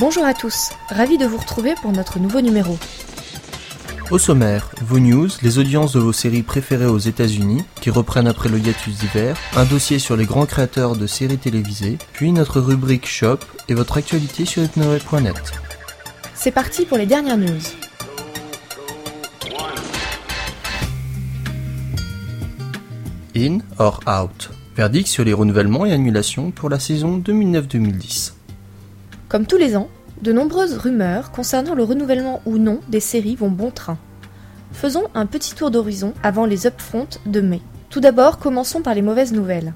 Bonjour à tous, ravi de vous retrouver pour notre nouveau numéro. Au sommaire, vos news, les audiences de vos séries préférées aux États-Unis, qui reprennent après le hiatus d'hiver, un dossier sur les grands créateurs de séries télévisées, puis notre rubrique Shop et votre actualité sur hypnoweb.net. C'est parti pour les dernières news. In or out. Verdict sur les renouvellements et annulations pour la saison 2009-2010. Comme tous les ans, de nombreuses rumeurs concernant le renouvellement ou non des séries vont bon train. Faisons un petit tour d'horizon avant les upfronts de mai. Tout d'abord, commençons par les mauvaises nouvelles.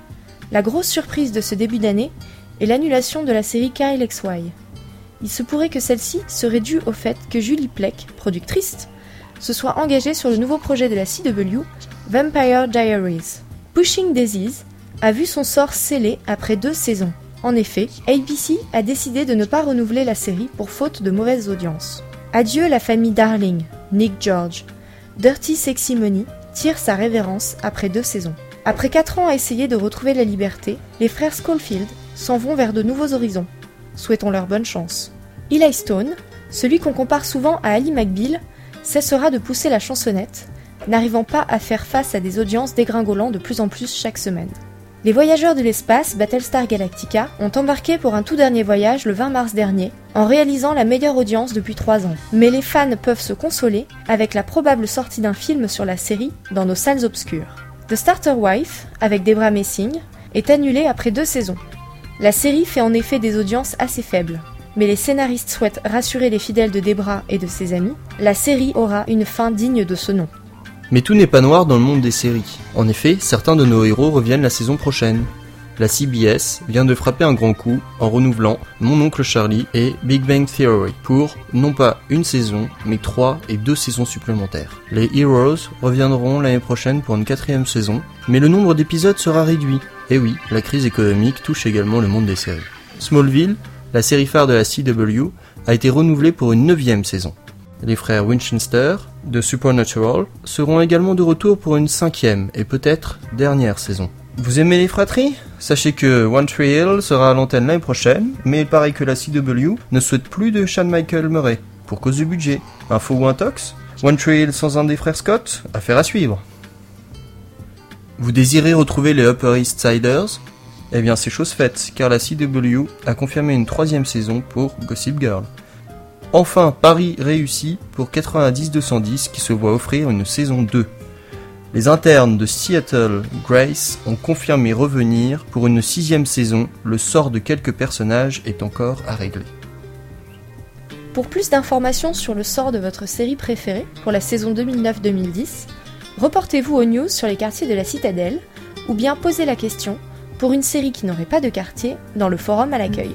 La grosse surprise de ce début d'année est l'annulation de la série Kyle XY. Il se pourrait que celle-ci serait due au fait que Julie Plec, productrice, se soit engagée sur le nouveau projet de la CW, Vampire Diaries. Pushing Daisies a vu son sort scellé après 2 saisons. En effet, ABC a décidé de ne pas renouveler la série pour faute de mauvaises audiences. Adieu la famille Darling, Nick George. Dirty Sexy Money tire sa révérence après 2 saisons. Après 4 ans à essayer de retrouver la liberté, les frères Schofield s'en vont vers de nouveaux horizons. Souhaitons-leur bonne chance. Eli Stone, celui qu'on compare souvent à Ali McBeal, cessera de pousser la chansonnette, n'arrivant pas à faire face à des audiences dégringolant de plus en plus chaque semaine. Les voyageurs de l'espace Battlestar Galactica ont embarqué pour un tout dernier voyage le 20 mars dernier, en réalisant la meilleure audience depuis 3 ans. Mais les fans peuvent se consoler avec la probable sortie d'un film sur la série dans nos salles obscures. The Starter Wife, avec Debra Messing, est annulée après 2 saisons. La série fait en effet des audiences assez faibles. Mais les scénaristes souhaitent rassurer les fidèles de Debra et de ses amis, la série aura une fin digne de ce nom. Mais tout n'est pas noir dans le monde des séries. En effet, certains de nos héros reviennent la saison prochaine. La CBS vient de frapper un grand coup en renouvelant Mon Oncle Charlie et Big Bang Theory pour, non pas une saison, mais 3 et 2 saisons supplémentaires. Les Heroes reviendront l'année prochaine pour une 4e saison, mais le nombre d'épisodes sera réduit. Et oui, la crise économique touche également le monde des séries. Smallville, la série phare de la CW, a été renouvelée pour une 9e saison. Les frères Winchester, de Supernatural, seront également de retour pour une 5e et peut-être dernière saison. Vous aimez les fratries ? Sachez que One Tree Hill sera à l'antenne l'année prochaine, mais il paraît que la CW ne souhaite plus de Sean Michael Murray, pour cause du budget. Info ou intox ? One Tree Hill sans un des frères Scott ? Affaire à suivre. Vous désirez retrouver les Upper East Siders ? Eh bien c'est chose faite, car la CW a confirmé une 3e saison pour Gossip Girl. Enfin, pari réussi pour 90-210 qui se voit offrir une saison 2. Les internes de Seattle Grace ont confirmé revenir pour une 6e saison, le sort de quelques personnages est encore à régler. Pour plus d'informations sur le sort de votre série préférée pour la saison 2009-2010, reportez-vous aux news sur les quartiers de la Citadelle ou bien posez la question pour une série qui n'aurait pas de quartier dans le forum à l'accueil.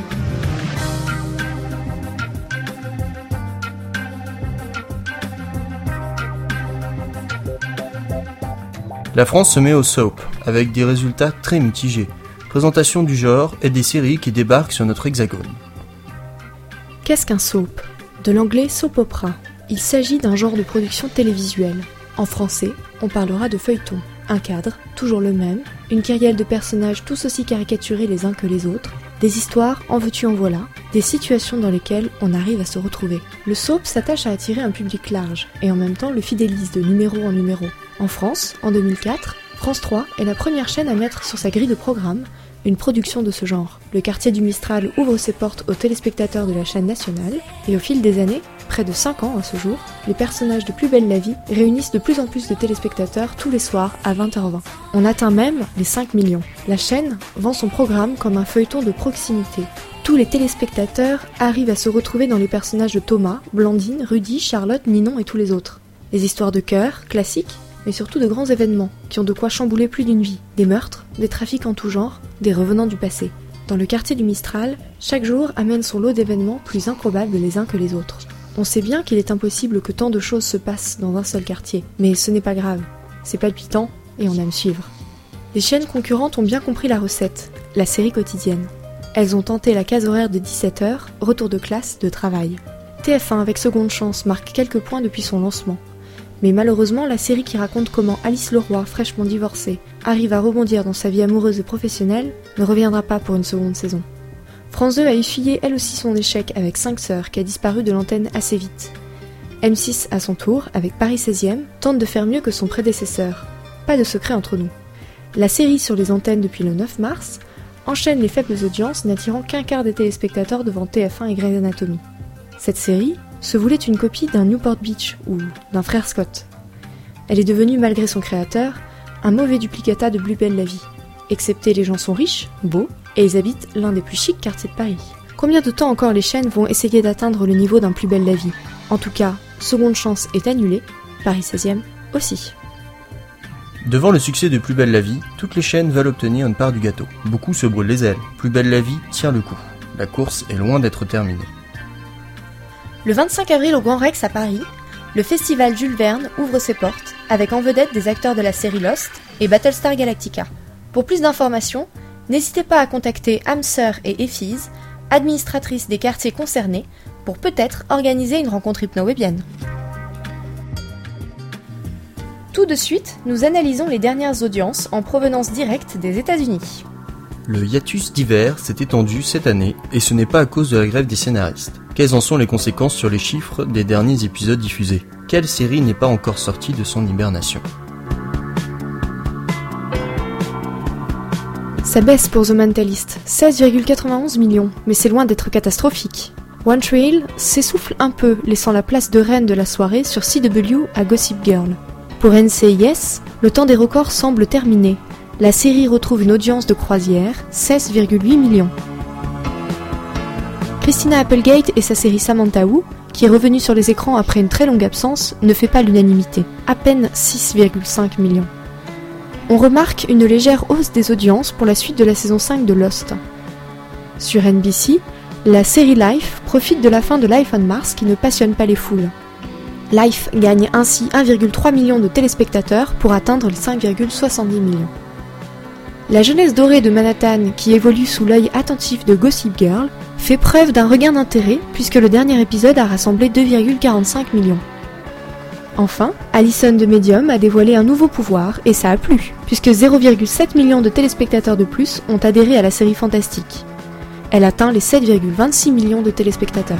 La France se met au soap, avec des résultats très mitigés. Présentation du genre et des séries qui débarquent sur notre hexagone. Qu'est-ce qu'un soap ? De l'anglais soap opera. Il s'agit d'un genre de production télévisuelle. En français, on parlera de feuilleton. Un cadre, toujours le même, une kyrielle de personnages tous aussi caricaturés les uns que les autres, des histoires en veux-tu en voilà, des situations dans lesquelles on arrive à se retrouver. Le soap s'attache à attirer un public large, et en même temps le fidélise de numéro en numéro. En France, en 2004, France 3 est la première chaîne à mettre sur sa grille de programme une production de ce genre. Le quartier du Mistral ouvre ses portes aux téléspectateurs de la chaîne nationale, et au fil des années, près de 5 ans à ce jour, les personnages de Plus belle la vie réunissent de plus en plus de téléspectateurs tous les soirs à 20h20. On atteint même les 5 millions. La chaîne vend son programme comme un feuilleton de proximité. Tous les téléspectateurs arrivent à se retrouver dans les personnages de Thomas, Blandine, Rudy, Charlotte, Ninon et tous les autres. Les histoires de cœur, classiques, mais surtout de grands événements qui ont de quoi chambouler plus d'une vie. Des meurtres, des trafics en tout genre, des revenants du passé. Dans le quartier du Mistral, chaque jour amène son lot d'événements plus improbables les uns que les autres. On sait bien qu'il est impossible que tant de choses se passent dans un seul quartier, mais ce n'est pas grave, c'est palpitant et on aime suivre. Les chaînes concurrentes ont bien compris la recette, la série quotidienne. Elles ont tenté la case horaire de 17h, retour de classe, de travail. TF1 avec Seconde Chance marque quelques points depuis son lancement. Mais malheureusement, la série qui raconte comment Alice Leroy, fraîchement divorcée, arrive à rebondir dans sa vie amoureuse et professionnelle, ne reviendra pas pour une seconde saison. France 2 a essuyé elle aussi son échec avec 5 sœurs qui a disparu de l'antenne assez vite. M6 à son tour, avec Paris 16e, tente de faire mieux que son prédécesseur. Pas de secret entre nous. La série sur les antennes depuis le 9 mars enchaîne les faibles audiences n'attirant qu'un quart des téléspectateurs devant TF1 et Grey's Anatomy. Cette série se voulait une copie d'un Newport Beach ou d'un Frère Scott. Elle est devenue, malgré son créateur, un mauvais duplicata de Plus belle la vie. Excepté les gens sont riches, beaux, et ils habitent l'un des plus chics quartiers de Paris. Combien de temps encore les chaînes vont essayer d'atteindre le niveau d'un Plus belle la vie ? En tout cas, Seconde Chance est annulée, Paris 16e aussi. Devant le succès de Plus belle la vie, toutes les chaînes veulent obtenir une part du gâteau. Beaucoup se brûlent les ailes. Plus belle la vie tient le coup. La course est loin d'être terminée. Le 25 avril au Grand Rex à Paris, le festival Jules Verne ouvre ses portes avec en vedette des acteurs de la série Lost et Battlestar Galactica. Pour plus d'informations, n'hésitez pas à contacter âmes sœurs et Éphyse, administratrices des quartiers concernés, pour peut-être organiser une rencontre hypno-webienne. Tout de suite, nous analysons les dernières audiences en provenance directe des États-Unis. Le hiatus d'hiver s'est étendu cette année, et ce n'est pas à cause de la grève des scénaristes. Quelles en sont les conséquences sur les chiffres des derniers épisodes diffusés ? Quelle série n'est pas encore sortie de son hibernation ? Ça baisse pour The Mentalist, 16,91 millions, mais c'est loin d'être catastrophique. One Tree Hill s'essouffle un peu, laissant la place de reine de la soirée sur CW à Gossip Girl. Pour NCIS, le temps des records semble terminé. La série retrouve une audience de croisière, 16,8 millions. Christina Applegate et sa série Samantha Who, qui est revenue sur les écrans après une très longue absence, ne fait pas l'unanimité, à peine 6,5 millions. On remarque une légère hausse des audiences pour la suite de la saison 5 de Lost. Sur NBC, la série Life profite de la fin de Life on Mars qui ne passionne pas les foules. Life gagne ainsi 1,3 million de téléspectateurs pour atteindre les 5,70 millions. La jeunesse dorée de Manhattan, qui évolue sous l'œil attentif de Gossip Girl, fait preuve d'un regain d'intérêt puisque le dernier épisode a rassemblé 2,45 millions. Enfin, Allison de Medium a dévoilé un nouveau pouvoir et ça a plu, puisque 0,7 millions de téléspectateurs de plus ont adhéré à la série fantastique. Elle atteint les 7,26 millions de téléspectateurs.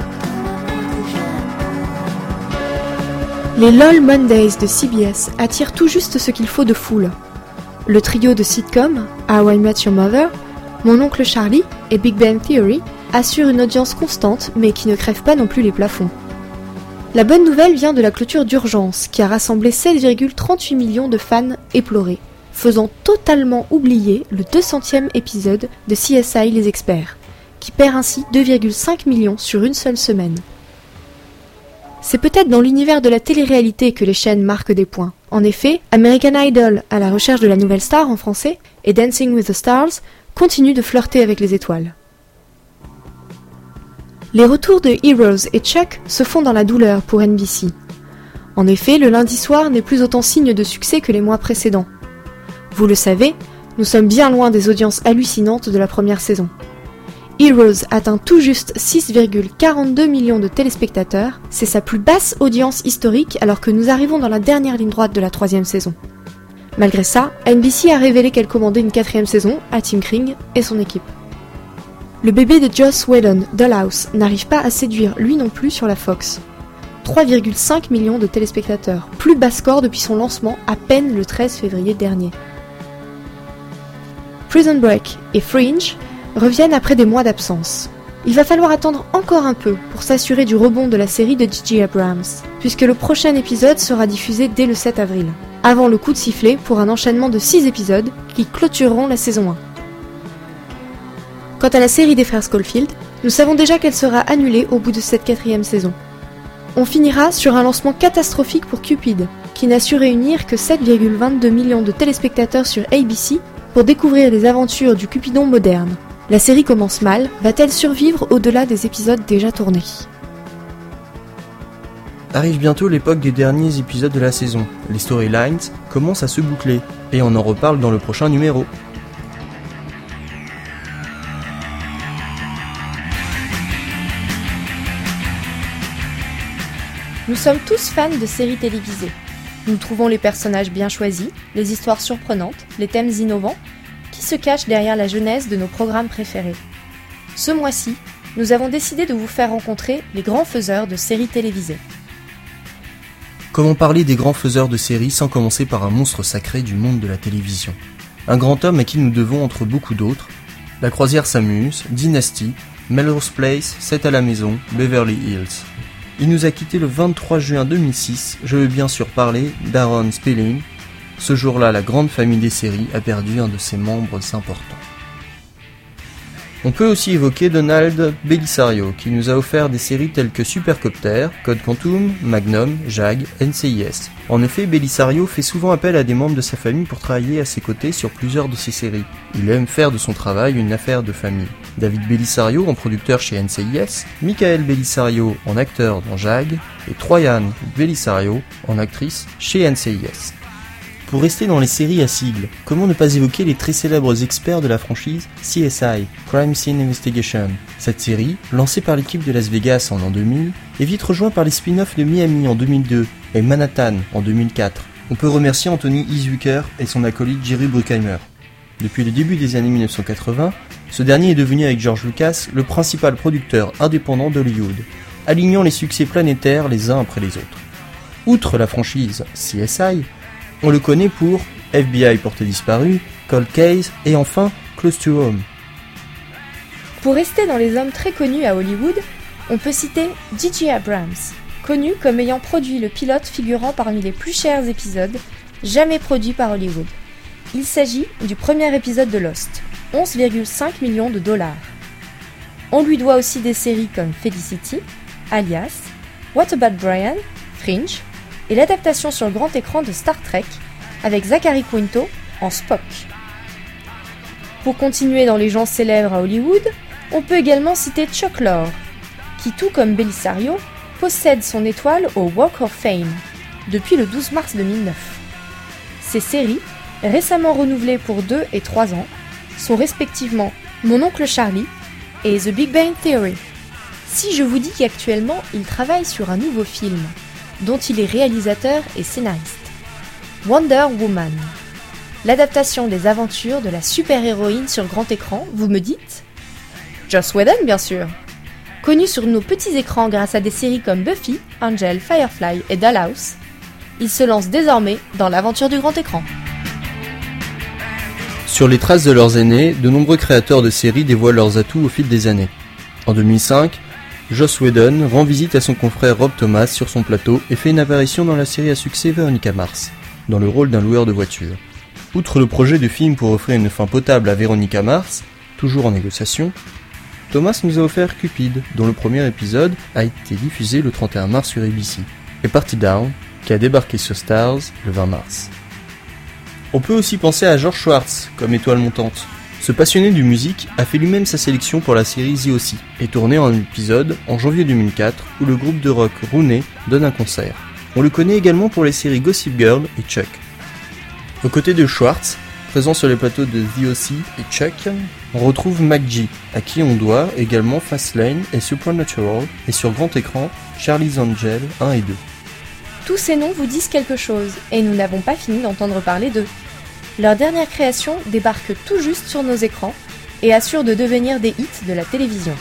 Les LOL Mondays de CBS attirent tout juste ce qu'il faut de foule. Le trio de sitcoms, How I Met Your Mother, Mon oncle Charlie et Big Bang Theory assure une audience constante mais qui ne crève pas non plus les plafonds. La bonne nouvelle vient de la clôture d'Urgence qui a rassemblé 7,38 millions de fans éplorés, faisant totalement oublier le 200e épisode de CSI Les Experts, qui perd ainsi 2,5 millions sur une seule semaine. C'est peut-être dans l'univers de la télé-réalité que les chaînes marquent des points. En effet, American Idol, à la recherche de la nouvelle star en français, et Dancing with the Stars continuent de flirter avec les étoiles. Les retours de Heroes et Chuck se font dans la douleur pour NBC. En effet, le lundi soir n'est plus autant signe de succès que les mois précédents. Vous le savez, nous sommes bien loin des audiences hallucinantes de la première saison. Heroes atteint tout juste 6,42 millions de téléspectateurs, c'est sa plus basse audience historique alors que nous arrivons dans la dernière ligne droite de la 3e saison. Malgré ça, NBC a révélé qu'elle commandait une 4e saison à Tim Kring et son équipe. Le bébé de Joss Whedon, Dollhouse, n'arrive pas à séduire lui non plus sur la Fox. 3,5 millions de téléspectateurs, plus bas score depuis son lancement à peine le 13 février dernier. Prison Break et Fringe reviennent après des mois d'absence. Il va falloir attendre encore un peu pour s'assurer du rebond de la série de J.J. Abrams, puisque le prochain épisode sera diffusé dès le 7 avril, avant le coup de sifflet pour un enchaînement de 6 épisodes qui clôtureront la saison 1. Quant à la série des frères Schofield, nous savons déjà qu'elle sera annulée au bout de cette 4e saison. On finira sur un lancement catastrophique pour Cupid, qui n'a su réunir que 7,22 millions de téléspectateurs sur ABC pour découvrir les aventures du Cupidon moderne. La série commence mal, va-t-elle survivre au-delà des épisodes déjà tournés ? Arrive bientôt l'époque des derniers épisodes de la saison. Les storylines commencent à se boucler, et on en reparle dans le prochain numéro. Nous sommes tous fans de séries télévisées. Nous trouvons les personnages bien choisis, les histoires surprenantes, les thèmes innovants, qui se cachent derrière la genèse de nos programmes préférés. Ce mois-ci, nous avons décidé de vous faire rencontrer les grands faiseurs de séries télévisées. Comment parler des grands faiseurs de séries sans commencer par un monstre sacré du monde de la télévision ? Un grand homme à qui nous devons, entre beaucoup d'autres, La croisière s'amuse, Dynasty, Melrose Place, 7 à la maison, Beverly Hills. Il nous a quittés le 23 juin 2006, je veux bien sûr parler d'Aaron Spelling. Ce jour-là, la grande famille des séries a perdu un de ses membres importants. On peut aussi évoquer Donald Bellisario, qui nous a offert des séries telles que Supercopter, Code Quantum, Magnum, JAG, NCIS. En effet, Bellisario fait souvent appel à des membres de sa famille pour travailler à ses côtés sur plusieurs de ses séries. Il aime faire de son travail une affaire de famille. David Bellisario en producteur chez NCIS, Michael Bellisario en acteur dans JAG, et Troyan Bellisario en actrice chez NCIS. Pour rester dans les séries à sigles, comment ne pas évoquer les très célèbres experts de la franchise CSI, Crime Scene Investigation. Cette série, lancée par l'équipe de Las Vegas en l'an 2000, est vite rejointe par les spin-offs de Miami en 2002 et Manhattan en 2004. On peut remercier Anthony Iswicker et son acolyte Jerry Bruckheimer. Depuis le début des années 1980, ce dernier est devenu avec George Lucas le principal producteur indépendant d'Hollywood, alignant les succès planétaires les uns après les autres. Outre la franchise CSI, on le connaît pour FBI porté disparu, Cold Case et enfin Close to Home. Pour rester dans les hommes très connus à Hollywood, on peut citer J.J. Abrams, connu comme ayant produit le pilote figurant parmi les plus chers épisodes jamais produits par Hollywood. Il s'agit du premier épisode de Lost, 11,5 millions de dollars. On lui doit aussi des séries comme Felicity, Alias, What About Brian, Fringe, et l'adaptation sur le grand écran de Star Trek avec Zachary Quinto en Spock. Pour continuer dans les gens célèbres à Hollywood, on peut également citer Chuck Lorre, qui tout comme Bellisario, possède son étoile au Walk of Fame depuis le 12 mars 2009. Ces séries, récemment renouvelées pour 2 et 3 ans, sont respectivement Mon oncle Charlie et The Big Bang Theory. Si je vous dis qu'actuellement il travaille sur un nouveau film, dont il est réalisateur et scénariste. Wonder Woman. L'adaptation des aventures de la super-héroïne sur grand écran, vous me dites ? Joss Whedon, bien sûr. Connu sur nos petits écrans grâce à des séries comme Buffy, Angel, Firefly et Dollhouse, il se lance désormais dans l'aventure du grand écran. Sur les traces de leurs aînés, de nombreux créateurs de séries dévoilent leurs atouts au fil des années. En 2005, Joss Whedon rend visite à son confrère Rob Thomas sur son plateau et fait une apparition dans la série à succès Veronica Mars, dans le rôle d'un loueur de voitures. Outre le projet de film pour offrir une fin potable à Veronica Mars, toujours en négociation, Thomas nous a offert Cupid, dont le premier épisode a été diffusé le 31 mars sur ABC, et Party Down, qui a débarqué sur Stars le 20 mars. On peut aussi penser à George Schwartz comme étoile montante. Ce passionné de musique a fait lui-même sa sélection pour la série The O.C. et tourné en épisode en janvier 2004 où le groupe de rock Rooney donne un concert. On le connaît également pour les séries Gossip Girl et Chuck. Aux côtés de Schwartz, présent sur les plateaux de The O.C. et Chuck, on retrouve McGee, à qui on doit également Fastlane et Supernatural, et sur grand écran, Charlie's Angel 1 et 2. Tous ces noms vous disent quelque chose, et nous n'avons pas fini d'entendre parler d'eux. Leur dernière création débarque tout juste sur nos écrans et assure de devenir des hits de la télévision.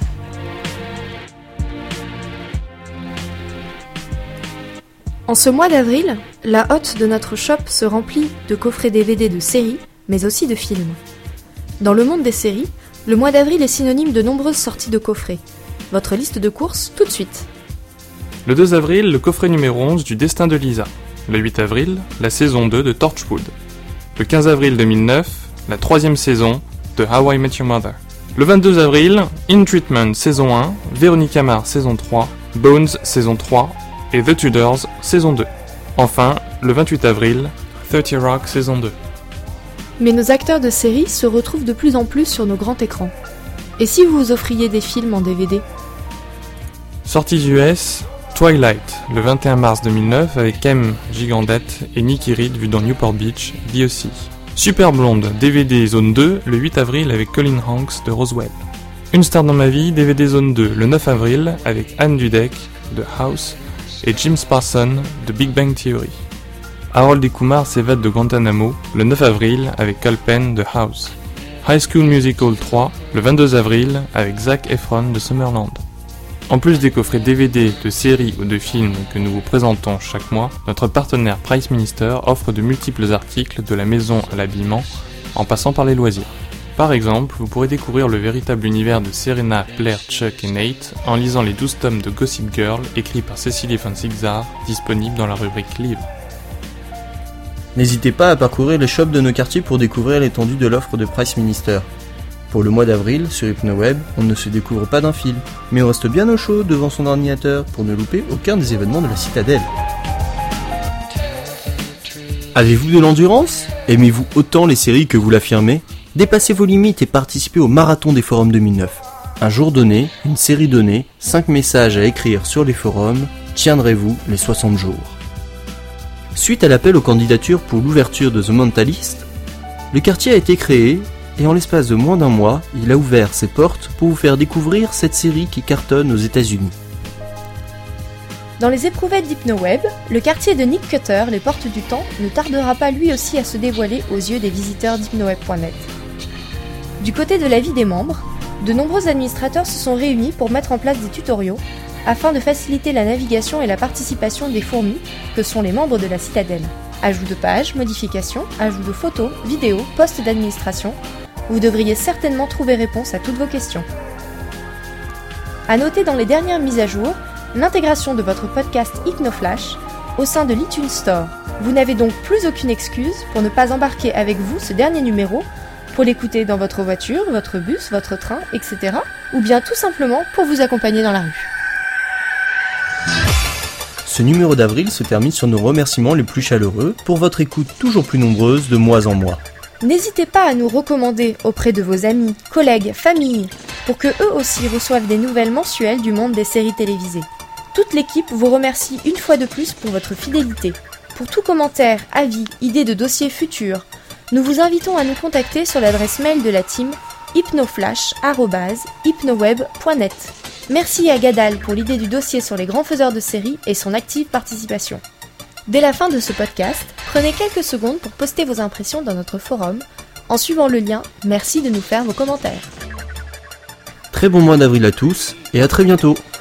En ce mois d'avril, la hotte de notre shop se remplit de coffrets DVD de séries, mais aussi de films. Dans le monde des séries, le mois d'avril est synonyme de nombreuses sorties de coffrets. Votre liste de courses tout de suite. Le 2 avril, le coffret numéro 11 du Destin de Lisa. Le 8 avril, la saison 2 de Torchwood. Le 15 avril 2009, la 3e saison de How I Met Your Mother. Le 22 avril, In Treatment saison 1, Veronica Mars saison 3, Bones saison 3 et The Tudors saison 2. Enfin, le 28 avril, 30 Rock saison 2. Mais nos acteurs de séries se retrouvent de plus en plus sur nos grands écrans. Et si vous offriez des films en DVD ? Sorties US, Twilight, le 21 mars 2009 avec M. Gigandette et Nikki Reed vu dans Newport Beach, The O.C. Super Blonde, DVD Zone 2, le 8 avril avec Colin Hanks de Roswell. Une star dans ma vie, DVD Zone 2, le 9 avril avec Anne Dudek de House et Jim Sparson de Big Bang Theory. Harold et Kumar s'évadent de Guantanamo, le 9 avril avec Kal Penn de House. High School Musical 3 le 22 avril avec Zac Efron de Summerland. En plus des coffrets DVD de séries ou de films que nous vous présentons chaque mois, notre partenaire Price Minister offre de multiples articles de la maison à l'habillement en passant par les loisirs. Par exemple, vous pourrez découvrir le véritable univers de Serena, Blair, Chuck et Nate en lisant les 12 tomes de Gossip Girl écrits par Cecily von Zigzar, disponibles dans la rubrique Livres. N'hésitez pas à parcourir les shops de nos quartiers pour découvrir l'étendue de l'offre de Price Minister. Pour le mois d'avril, sur HypnoWeb, on ne se découvre pas d'un film, mais on reste bien au chaud devant son ordinateur pour ne louper aucun des événements de la citadelle. Avez-vous de l'endurance ? Aimez-vous autant les séries que vous l'affirmez ? Dépassez vos limites et participez au Marathon des Forums 2009. Un jour donné, une série donnée, 5 messages à écrire sur les forums, tiendrez-vous les 60 jours. Suite à l'appel aux candidatures pour l'ouverture de The Mentalist, le quartier a été créé et en l'espace de moins d'un mois, il a ouvert ses portes pour vous faire découvrir cette série qui cartonne aux États-Unis. Dans les éprouvettes d'HypnoWeb, le quartier de Nick Cutter, les portes du temps, ne tardera pas lui aussi à se dévoiler aux yeux des visiteurs d'hypnoweb.net. Du côté de la vie des membres, de nombreux administrateurs se sont réunis pour mettre en place des tutoriaux afin de faciliter la navigation et la participation des fourmis que sont les membres de la citadelle. Ajout de pages, modifications, ajout de photos, vidéos, postes d'administration, vous devriez certainement trouver réponse à toutes vos questions. À noter dans les dernières mises à jour, l'intégration de votre podcast HypnoFlash au sein de l'iTunes Store. Vous n'avez donc plus aucune excuse pour ne pas embarquer avec vous ce dernier numéro pour l'écouter dans votre voiture, votre bus, votre train, etc. ou bien tout simplement pour vous accompagner dans la rue. Ce numéro d'avril se termine sur nos remerciements les plus chaleureux pour votre écoute toujours plus nombreuse de mois en mois. N'hésitez pas à nous recommander auprès de vos amis, collègues, familles, pour que eux aussi reçoivent des nouvelles mensuelles du monde des séries télévisées. Toute l'équipe vous remercie une fois de plus pour votre fidélité. Pour tout commentaire, avis, idée de dossiers futurs, nous vous invitons à nous contacter sur l'adresse mail de la team hypnoflash@hypnoweb.net. Merci à Gadal pour l'idée du dossier sur les grands faiseurs de séries et son active participation. Dès la fin de ce podcast, prenez quelques secondes pour poster vos impressions dans notre forum. En suivant le lien, merci de nous faire vos commentaires. Très bon mois d'avril à tous et à très bientôt.